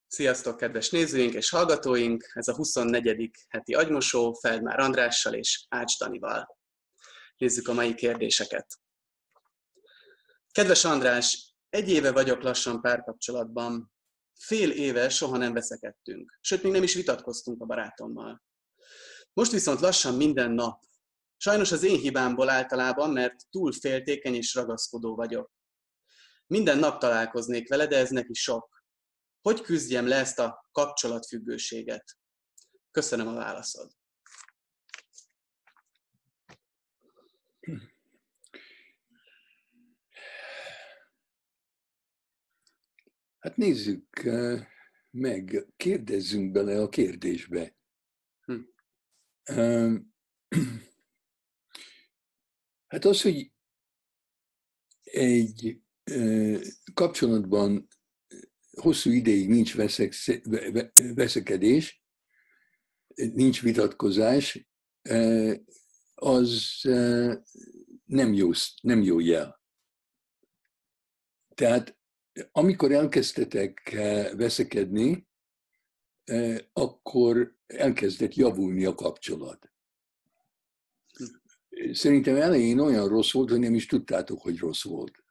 Sziasztok, kedves nézőink és hallgatóink! Ez a 24. heti agymosó Feldmár Andrással és Ács Danival. Nézzük a mai kérdéseket. Kedves András, 1 éve vagyok lassan párkapcsolatban. Fél éve soha nem veszekedtünk, sőt, még nem is vitatkoztunk a barátommal. Most viszont lassan minden nap. Sajnos az én hibámból általában, mert túl féltékeny és ragaszkodó vagyok. Minden nap találkoznék vele, de ez neki sok. Hogy küzdjem le ezt a kapcsolatfüggőséget? Köszönöm a válaszod. Hát nézzük meg, kérdezzünk bele a kérdésbe. Hát az, hogy egy kapcsolatban hosszú ideig nincs veszekedés, nincs vitatkozás, az nem jó jel. Tehát amikor elkezdtetek veszekedni, akkor elkezdett javulni a kapcsolat. Szerintem elején olyan rossz volt, hogy nem is tudtátok, hogy rossz volt.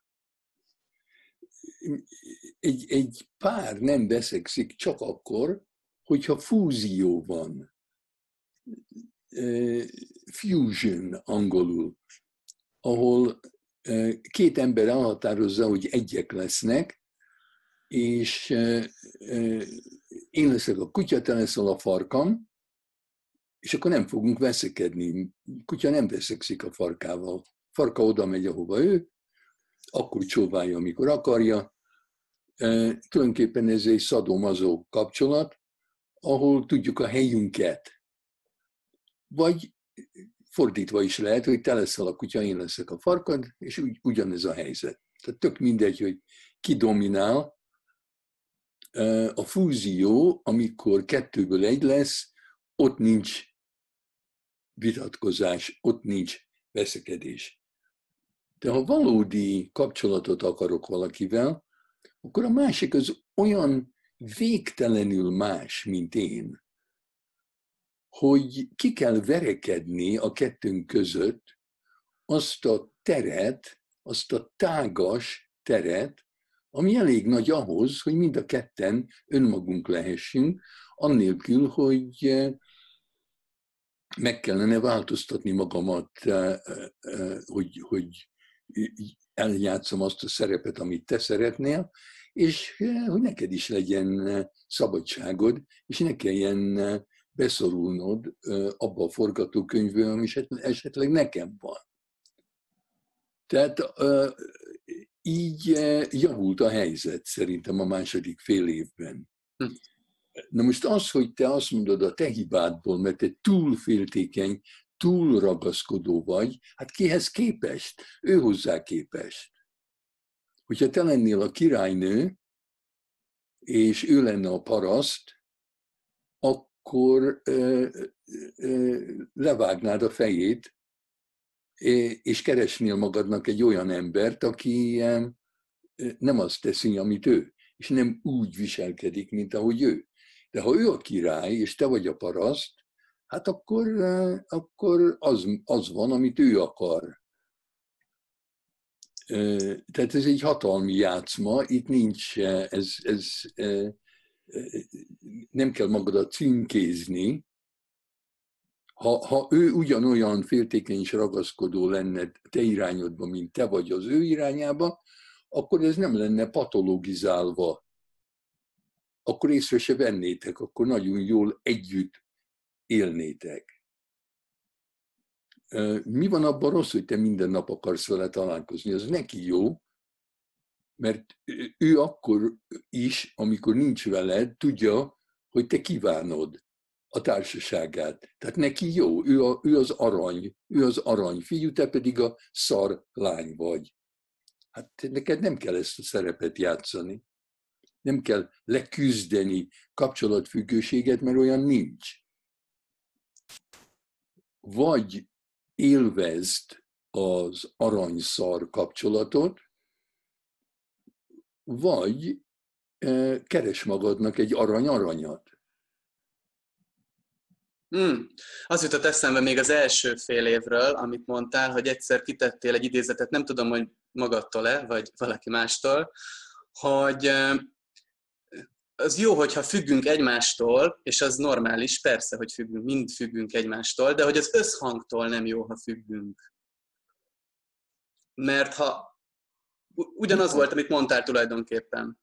Egy pár nem veszekszik csak akkor, hogyha fúzió van. Fusion angolul, ahol két ember elhatározza, hogy egyek lesznek, és én leszek a kutya, te leszel a farkam, és akkor nem fogunk veszekedni. Kutya nem veszekszik a farkával. Farka oda megy, ahova ő, akkor csóválja, amikor akarja. Tulajdonképpen ez egy szadomazó kapcsolat, ahol tudjuk a helyünket. Vagy fordítva is lehet, hogy te leszel a kutya, én leszek a farkad, és ugyanez a helyzet. Tehát tök mindegy, hogy ki dominál. A fúzió, amikor 2-ből 1 lesz, ott nincs vitatkozás, ott nincs veszekedés. De ha valódi kapcsolatot akarok valakivel, akkor a másik az olyan végtelenül más, mint én, hogy ki kell verekedni a kettőnk között azt a teret, azt a tágas teret, ami elég nagy ahhoz, hogy mind a ketten önmagunk lehessünk, annélkül, hogy meg kellene változtatni magamat, hogy eljátszom azt a szerepet, amit te szeretnél, és hogy neked is legyen szabadságod, és ne kelljen beszorulnod abba a forgatókönyvbe, ami esetleg nekem van. Tehát így javult a helyzet szerintem a második fél évben. Na most az, hogy te azt mondod a te hibádból, mert te túl féltékeny, túl ragaszkodó vagy, hát kihez képest? Ő hozzá képest. Hogyha te lennél a királynő, és ő lenne a paraszt, akkor levágnád a fejét, és keresnél magadnak egy olyan embert, aki nem azt teszi, amit ő, és nem úgy viselkedik, mint ahogy ő. De ha ő a király, és te vagy a paraszt, hát akkor az van, amit ő akar. Tehát ez egy hatalmi játszma, itt nincs, nem kell magadat címkézni. Ha ő ugyanolyan féltékeny és ragaszkodó lenne te irányodban, mint te vagy az ő irányába, akkor ez nem lenne patologizálva. Akkor észre se vennétek, akkor nagyon jól együtt élnétek. Mi van abban rossz, hogy te minden nap akarsz vele találkozni? Az neki jó, mert ő akkor is, amikor nincs veled, tudja, hogy te kívánod a társaságát. Tehát neki jó, ő az arany fiú, te pedig a szar lány vagy. Hát neked nem kell ezt a szerepet játszani. Nem kell leküzdeni kapcsolatfüggőséget, mert olyan nincs. Vagy élvezd az arany-szar kapcsolatot, vagy keres magadnak egy aranyat. Az jutott eszembe még az első fél évről, amit mondtál, hogy egyszer kitettél egy idézetet, nem tudom, hogy magadtól-e, vagy valaki mástól, hogy az jó, hogyha függünk egymástól, és az normális, persze, hogy függünk, mind függünk egymástól, de hogy az összhangtól nem jó, ha függünk. Mert ha ugyanaz volt, amit mondtál tulajdonképpen.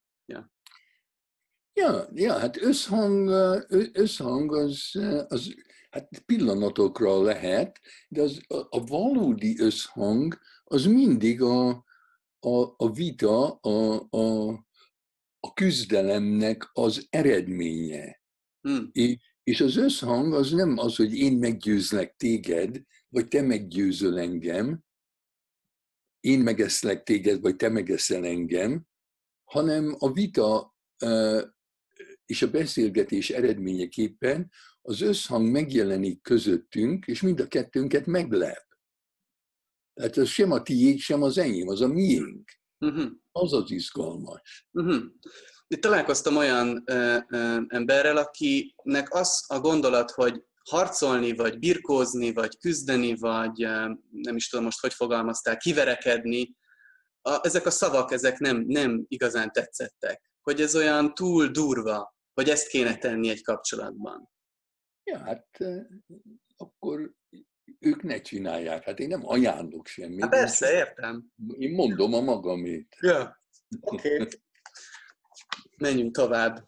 Ja, hát összhang az hát pillanatokra lehet, de a valódi összhang az mindig a vita, a küzdelemnek az eredménye. És az összhang az nem az, hogy én meggyőzlek téged, vagy te meggyőzöl engem, én megeszlek téged, vagy te megeszel engem, hanem a vita és a beszélgetés eredményeképpen az összhang megjelenik közöttünk, és mind a kettőnket meglep. Tehát ez sem a tiéd, sem az enyém, az a miénk. Az az izgalmas. Itt találkoztam olyan emberrel, akinek az a gondolat, hogy harcolni, vagy birkózni, vagy küzdeni, vagy nem is tudom most, hogy fogalmaztál, kiverekedni, ezek a szavak, ezek nem igazán tetszettek. Hogy ez olyan túl durva, hogy ezt kéne tenni egy kapcsolatban. Ja, hát akkor ők ne csinálják. Hát én nem ajánlok semmit. Hát persze, értem. Én mondom a magamét. Ja, oké. Menjünk tovább.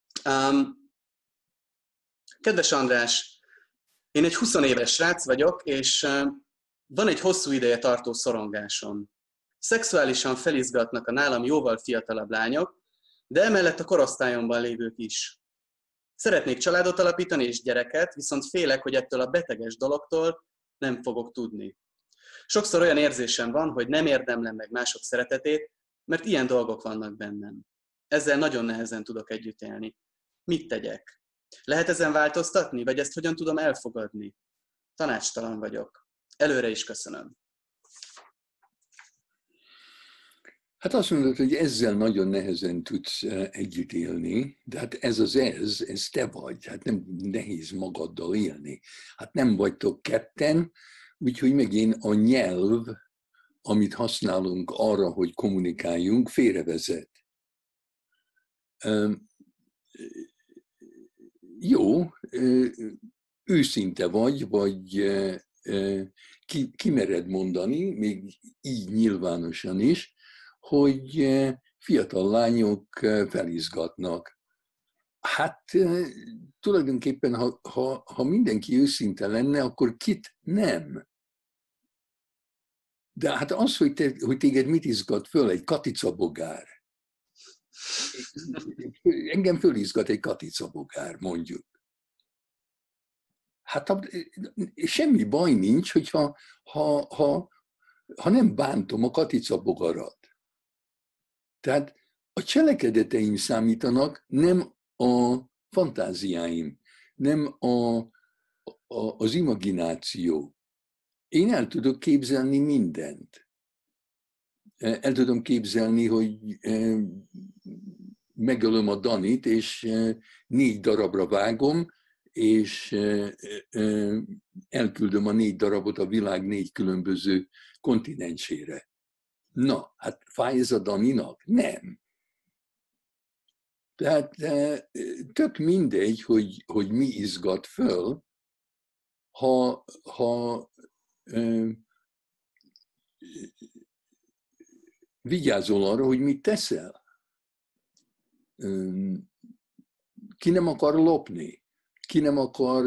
Kedves András, én egy 20 éves srác vagyok, és van egy hosszú ideje tartó szorongásom. Szexuálisan felizgatnak a nálam jóval fiatalabb lányok, de emellett a korosztályomban lévők is. Szeretnék családot alapítani és gyereket, viszont félek, hogy ettől a beteges dologtól nem fogok tudni. Sokszor olyan érzésem van, hogy nem érdemlem meg mások szeretetét, mert ilyen dolgok vannak bennem. Ezzel nagyon nehezen tudok együtt élni. Mit tegyek? Lehet ezen változtatni, vagy ezt hogyan tudom elfogadni? Tanácstalan vagyok. Előre is köszönöm. Hát azt mondod, hogy ezzel nagyon nehezen tudsz együtt élni, de hát ez te vagy, hát nem nehéz magaddal élni. Hát nem vagytok ketten, úgyhogy megint a nyelv, amit használunk arra, hogy kommunikáljunk, félrevezet. Jó, őszinte vagy kimered mondani, még így nyilvánosan is, hogy fiatal lányok felizgatnak. Hát tulajdonképpen, ha mindenki őszinte lenne, akkor kit nem? De hát az, hogy téged mit izgat föl, egy katicabogár. Engem fölizgat egy katicabogár, mondjuk. Hát semmi baj nincs, hogyha ha nem bántom a katicabogarat. Tehát a cselekedeteim számítanak, nem a fantáziáim, nem az imagináció. Én el tudok képzelni mindent. El tudom képzelni, hogy megölöm a Danit, és 4 darabra vágom, és elküldöm a 4 darabot a világ 4 különböző kontinensére. Na, hát fáj ez a Daninak? Nem. Tehát tök mindegy, hogy mi izgat föl, ha vigyázol arra, hogy mit teszel. Ki nem akar lopni, ki nem akar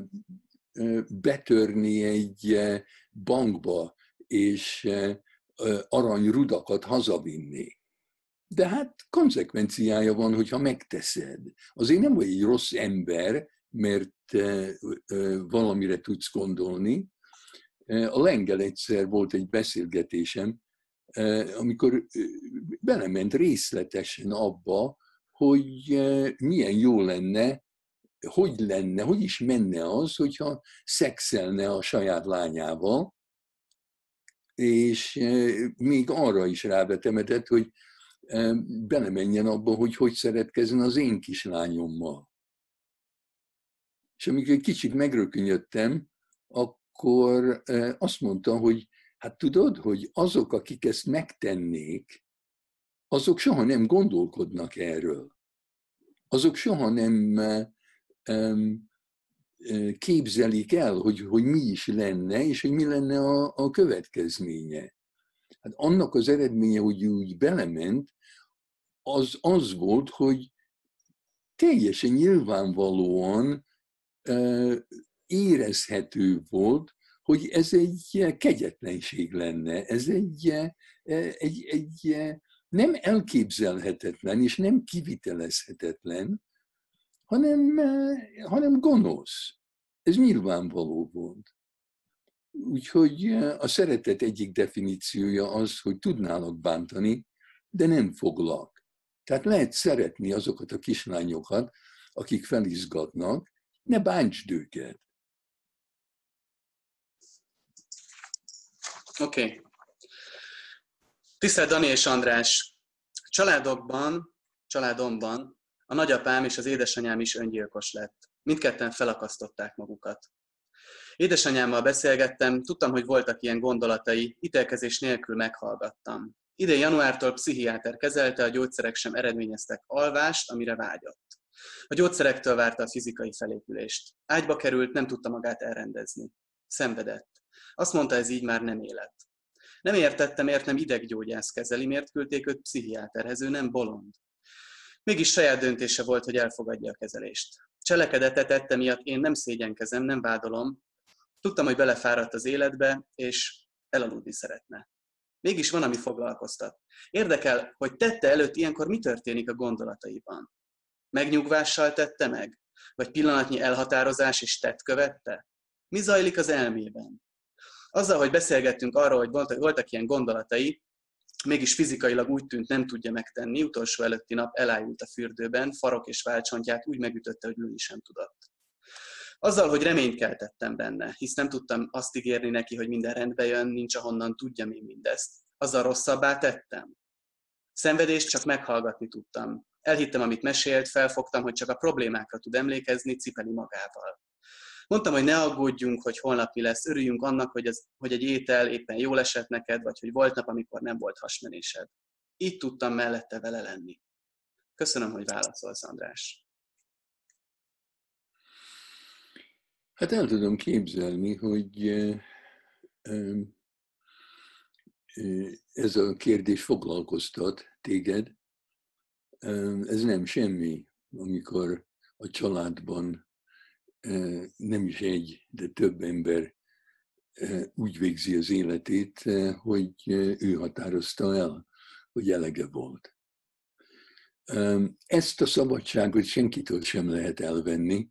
betörni egy bankba, és aranyrudakat hazavinni. De hát konzekvenciája van, hogyha megteszed. Azért nem vagy egy rossz ember, mert valamire tudsz gondolni. A Lenggel egyszer volt egy beszélgetésem, amikor belement részletesen abba, hogy milyen jó lenne, hogy is menne az, hogyha szexelne a saját lányával, és még arra is rávetemedett, hogy belemenjen abba, hogy szeretkezzen az én kislányommal. És amikor egy kicsit megrökönyödtem, akkor azt mondta, hogy hát tudod, hogy azok, akik ezt megtennék, azok soha nem gondolkodnak erről. Azok soha nem képzelik el, hogy mi is lenne, és hogy mi lenne a következménye. Hát annak az eredménye, hogy úgy belement, az volt, hogy teljesen nyilvánvalóan érezhető volt, hogy ez egy kegyetlenség lenne, ez egy nem elképzelhetetlen és nem kivitelezhetetlen, hanem gonosz. Ez nyilvánvaló volt. Úgyhogy a szeretet egyik definíciója az, hogy tudnálak bántani, de nem foglak. Tehát lehet szeretni azokat a kislányokat, akik felizgatnak, ne bántsd őket. Oké. Tisztelt Dani és András, családomban a nagyapám és az édesanyám is öngyilkos lett. Mindketten felakasztották magukat. Édesanyámmal beszélgettem, tudtam, hogy voltak ilyen gondolatai, ítélkezés nélkül meghallgattam. Idén januártól pszichiáter kezelte, a gyógyszerek sem eredményeztek alvást, amire vágyott. A gyógyszerektől várta a fizikai felépülést. Ágyba került, nem tudta magát elrendezni. Szenvedett. Azt mondta, ez így már nem élet. Nem értettem, miért nem ideggyógyász kezeli, miért küldték őt pszichiáterhez, ő nem bolond. Mégis saját döntése volt, hogy elfogadja a kezelést. Cselekedetet tette miatt én nem szégyenkezem, nem vádolom. Tudtam, hogy belefáradt az életbe, és elaludni szeretne. Mégis van, ami foglalkoztat. Érdekel, hogy tette előtt ilyenkor mi történik a gondolataiban. Megnyugvással tette meg? Vagy pillanatnyi elhatározás és tett követte? Mi zajlik az elmében? Azzal, hogy beszélgettünk arról, hogy voltak ilyen gondolatai, mégis fizikailag úgy tűnt, nem tudja megtenni, utolsó előtti nap elájult a fürdőben, farok és válcsontját úgy megütötte, hogy ülni sem tudott. Azzal, hogy reményt keltettem benne, hisz nem tudtam azt ígérni neki, hogy minden rendbe jön, nincs ahonnan tudjam én mindezt. Azzal rosszabbá tettem. Szenvedést csak meghallgatni tudtam. Elhittem, amit mesélt, felfogtam, hogy csak a problémákra tud emlékezni, cipeli magával. Mondtam, hogy ne aggódjunk, hogy holnap mi lesz, örüljünk annak, hogy egy étel éppen jól esett neked, vagy hogy volt nap, amikor nem volt hasmenésed. Így tudtam mellette vele lenni. Köszönöm, hogy válaszolsz, András. Hát el tudom képzelni, hogy ez a kérdés foglalkoztat téged. Ez nem semmi, amikor a családban nem is egy, de több ember úgy végzi az életét, hogy ő határozta el, hogy elege volt. Ezt a szabadságot senkitől sem lehet elvenni.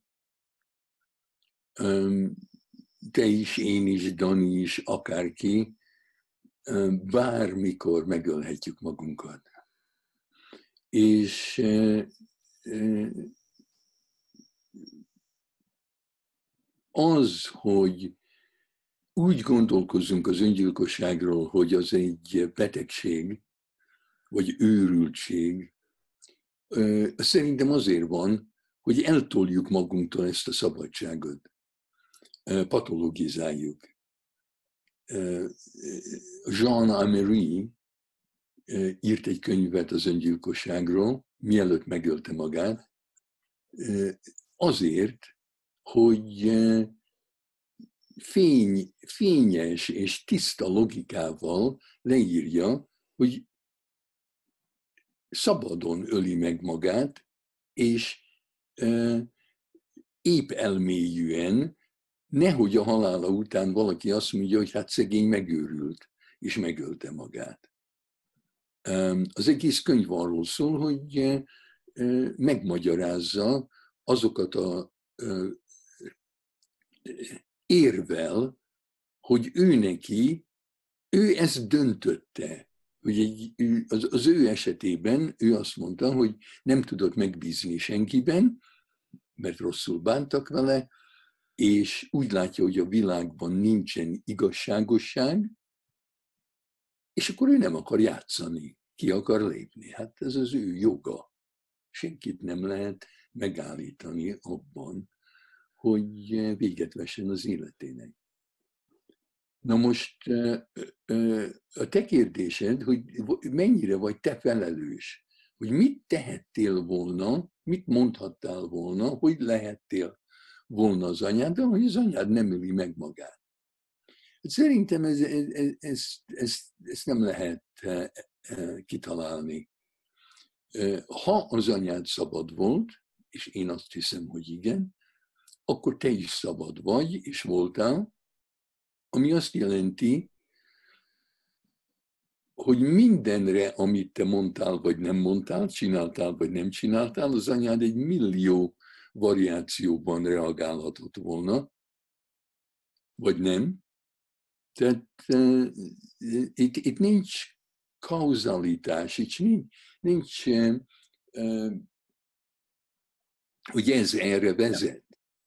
Te is, én is, Dani is, akárki, bármikor megölhetjük magunkat. És az, hogy úgy gondolkozzunk az öngyilkosságról, hogy az egy betegség, vagy őrültség, szerintem azért van, hogy eltoljuk magunktól ezt a szabadságot, patologizáljuk. Jean Amery írt egy könyvet az öngyilkosságról, mielőtt megölte magát, azért, hogy fényes és tiszta logikával leírja, hogy szabadon öli meg magát, és épp elmélyűen, nehogy a halála után valaki azt mondja, hogy hát szegény megőrült, és megölte magát. Az egész könyv arról szól, hogy megmagyarázza azokat a érvel, hogy ő ezt döntötte. Hogy az ő esetében ő azt mondta, hogy nem tudott megbízni senkiben, mert rosszul bántak vele, és úgy látja, hogy a világban nincsen igazságosság, és akkor ő nem akar játszani. ki akar lépni. Hát ez az ő joga. Senkit nem lehet megállítani abban, hogy véget vessen az életének. Na most a te kérdésed, hogy mennyire vagy te felelős, hogy mit tehettél volna, mit mondhattál volna, hogy lehettél volna az anyáddal, hogy az anyád nem öli meg magát. Szerintem ezt nem lehet kitalálni. Ha az anyád szabad volt, és én azt hiszem, hogy igen, akkor te is szabad vagy, és voltál, ami azt jelenti, hogy mindenre, amit te mondtál, vagy nem mondtál, csináltál, vagy nem csináltál, az anyád egy millió variációban reagálhatott volna, vagy nem. Tehát itt nincs kauzalitás, itt nincs hogy ez erre vezet.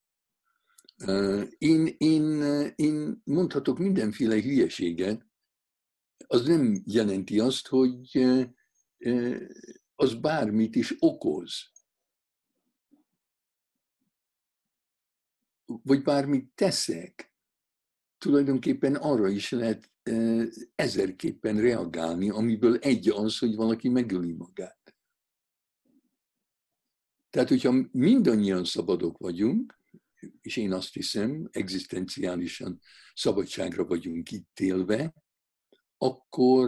Én mondhatok mindenféle hülyeséget, az nem jelenti azt, hogy az bármit is okoz. Vagy bármit teszek. Tulajdonképpen arra is lehet ezerképpen reagálni, amiből egy az, hogy valaki megöli magát. Tehát, hogyha mindannyian szabadok vagyunk, és én azt hiszem, egzisztenciálisan szabadságra vagyunk ítélve, akkor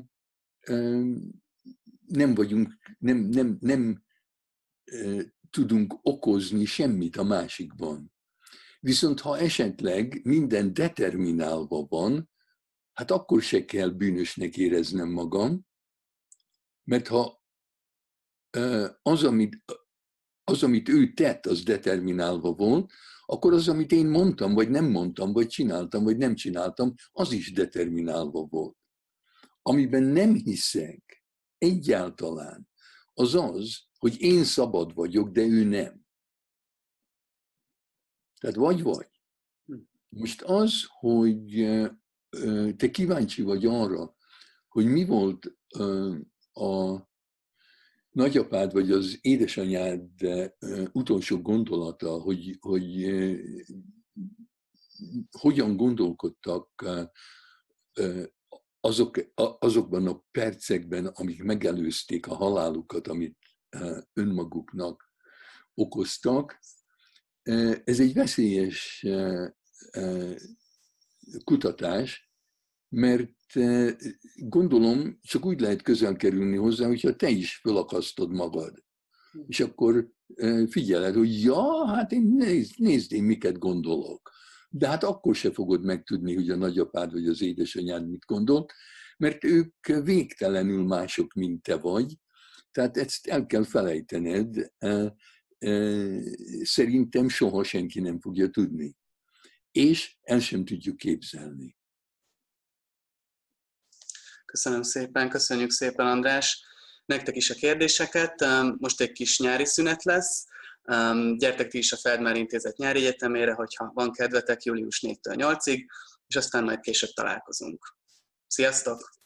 nem tudunk okozni semmit a másikban. Viszont ha esetleg minden determinálva van, hát akkor se kell bűnösnek éreznem magam, mert ha az, amit ő tett, az determinálva volt, akkor az, amit én mondtam, vagy nem mondtam, vagy csináltam, vagy nem csináltam, az is determinálva volt. Amiben nem hiszek egyáltalán, az az, hogy én szabad vagyok, de ő nem. Tehát vagy. Most az, hogy te kíváncsi vagy arra, hogy mi volt a nagyapád vagy az édesanyád utolsó gondolata, hogy hogyan gondolkodtak azokban a percekben, amik megelőzték a halálukat, amit önmaguknak okoztak. Ez egy veszélyes kutatás, mert gondolom, csak úgy lehet közel kerülni hozzá, hogyha te is fölakasztod magad. És akkor figyeled, hogy ja, hát nézd én miket gondolok. De hát akkor se fogod megtudni, hogy a nagyapád vagy az édesanyád mit gondolt, mert ők végtelenül mások, mint te vagy. Tehát ezt el kell felejtened. Szerintem soha senki nem fogja tudni. És el sem tudjuk képzelni. Köszönöm szépen, köszönjük szépen, András. Nektek is a kérdéseket. Most egy kis nyári szünet lesz. Gyertek ti is a Feldmár Intézet nyári egyetemére, hogyha van kedvetek, július 4-től 8-ig, és aztán majd később találkozunk. Sziasztok!